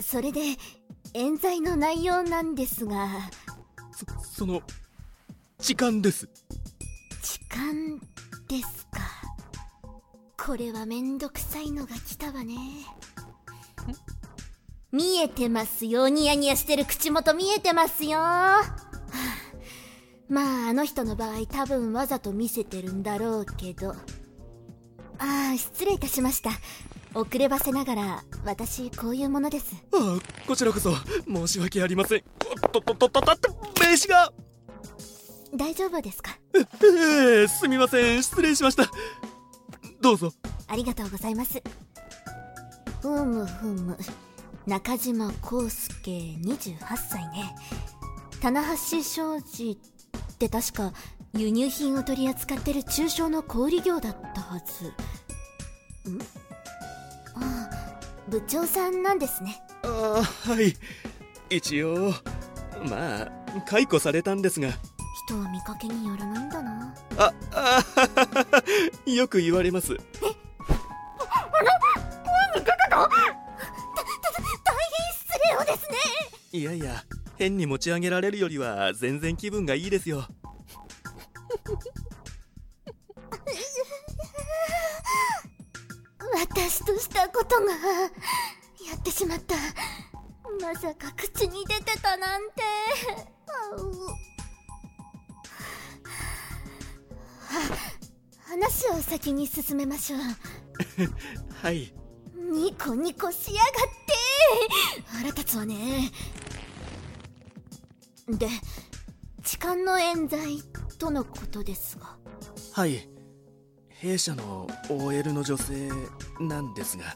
それで冤罪の内容なんですが、 その痴漢です。 痴漢ですか。これはめんどくさいのが来たわね。見えてますよ、ニヤニヤしてる口元見えてますよ。はあ、まああの人の場合多分わざと見せてるんだろうけど。失礼いたしました。遅ればせながら私こういうものです。 こちらこそ申し訳ありません。名刺が。 大丈夫ですか？ すみません、失礼しました。どうぞ。 ありがとうございます。ふむ中島康介28歳ね。棚橋商事って確か輸入品を取り扱ってる中小の小売業だったはず。部長さんなんですね。 はい、一応まあ解雇されたんですが。 人は見かけによらないんだな。 よく言われます。 声に出てた？大変失礼をですね。 いやいや、変に持ち上げられるよりは全然気分がいいですよ。 私としたことがやってしまった。まさか口に出てたなんて。話を先に進めましょう。 はい。 ニコニコしやがって腹立つわね。で、痴漢の冤罪とのことですが。 はい、弊社の OL の女性なんですが。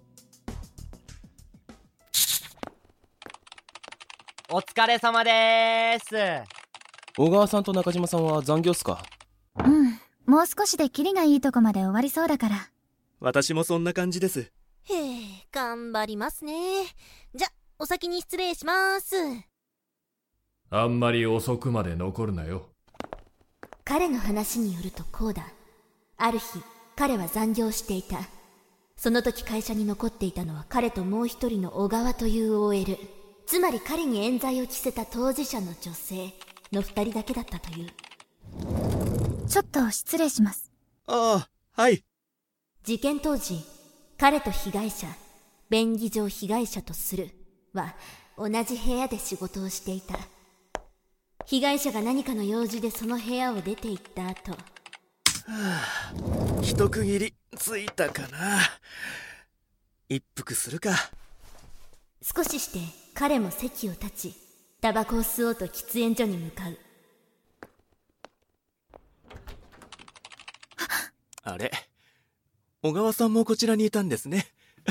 お疲れ様でーす。 小川さんと中島さんは残業っすか？ もう少しでキリがいいとこまで終わりそうだから。 私もそんな感じです。 頑張りますね。じゃ、お先に失礼します。 あんまり遅くまで残るなよ。 彼の話によるとこうだ。ある日、彼は残業していた。その時会社に残っていたのは彼ともう一人の小川という OL。つまり彼に冤罪を着せた当事者の女性の二人だけだったという。 ちょっと失礼します。 はい。 事件当時、彼と被害者、便宜上被害者とするは同じ部屋で仕事をしていた。被害者が何かの用事でその部屋を出て行った後、 一区切りついたかな。一服するか。 少しして彼も席を立ち、タバコを吸おうと喫煙所に向かう。 あれ、小川さんもこちらにいたんですね。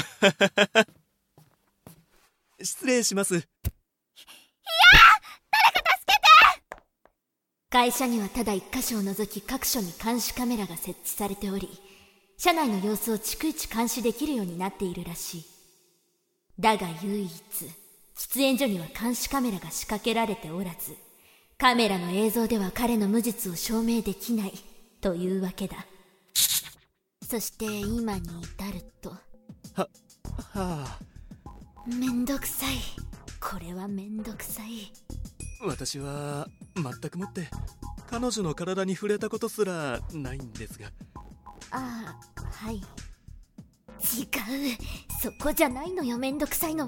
失礼します。いやー、 誰か助けて！会社にはただ一箇所を除き各所に監視カメラが設置されており、社内の様子を逐一監視できるようになっているらしい。だが唯一、喫煙所には監視カメラが仕掛けられておらず、カメラの映像では彼の無実を証明できないというわけだ。そして今に至ると。めんどくさい。これはめんどくさい。 私は全くもって彼女の体に触れたことすらないんですが。 はい。違う。そこじゃないのよ、めんどくさいのは。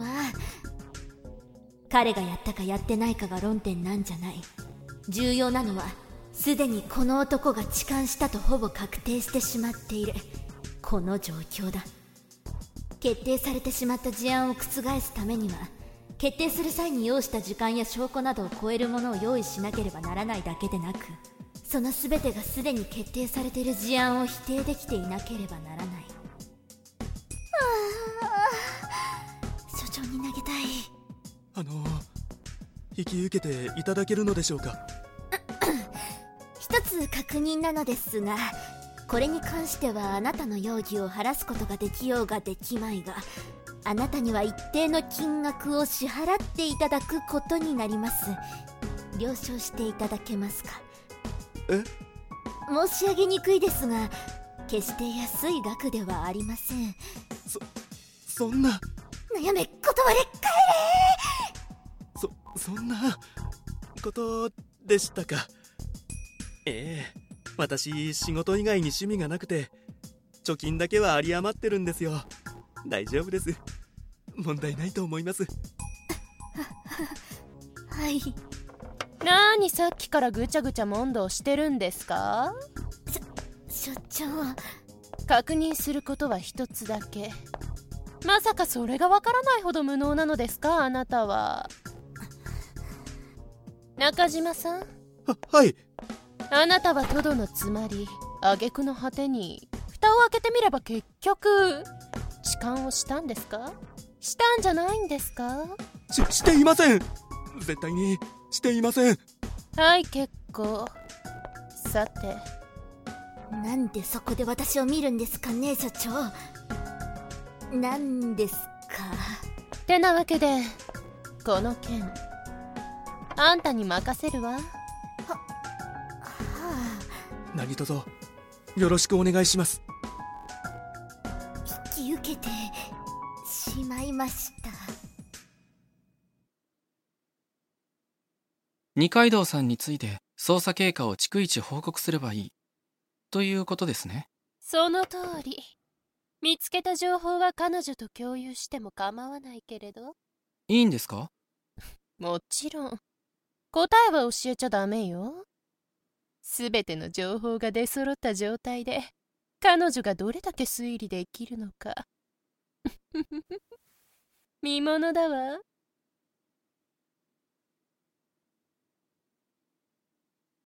彼がやったかやってないかが論点なんじゃない。重要なのは、すでにこの男が痴漢したとほぼ確定してしまっているこの状況だ。決定されてしまった事案を覆すためには、決定する際に要した時間や証拠などを超えるものを用意しなければならないだけでなく、その全てがすでに決定されている事案を否定できていなければならない。所長に投げたい。 引き受けていただけるのでしょうか？ 一つ確認なのですが、これに関してはあなたの容疑を晴らすことができようができまいが、あなたには一定の金額を支払っていただくことになります。了承していただけますか？申し上げにくいですが、決して安い額ではありません。 そんな。 嫁断れ、帰そんなことでしたか。私仕事以外に趣味がなくて貯金だけは有り余ってるんですよ。大丈夫です。問題ないと思います。 れ。はい。 なーにさっきからぐちゃぐちゃ問答してるんですか？ 所長。 確認することは一つだけ。まさかそれがわからないほど無能なのですか、あなたは。中島さん。 はい。 あなたはトドのつまり、挙句の果てに蓋を開けてみれば結局痴漢をしたんですか？したんじゃないんですか？ していません。絶対にしていません。 はい、結構。さて、 なんでそこで私を見るんですかね、所長。なんですか。 てなわけでこの件あんたに任せるわ。 何卒よろしくお願いします。 引き受けてしまいました。 二階堂さんについて捜査経過を逐一報告すればいいということですね。 その通り。見つけた情報は彼女と共有しても構わないけれど。 いいんですか？ もちろん。答えは教えちゃダメよ。すべての情報が出揃った状態で彼女がどれだけ推理できるのか見ものだわ。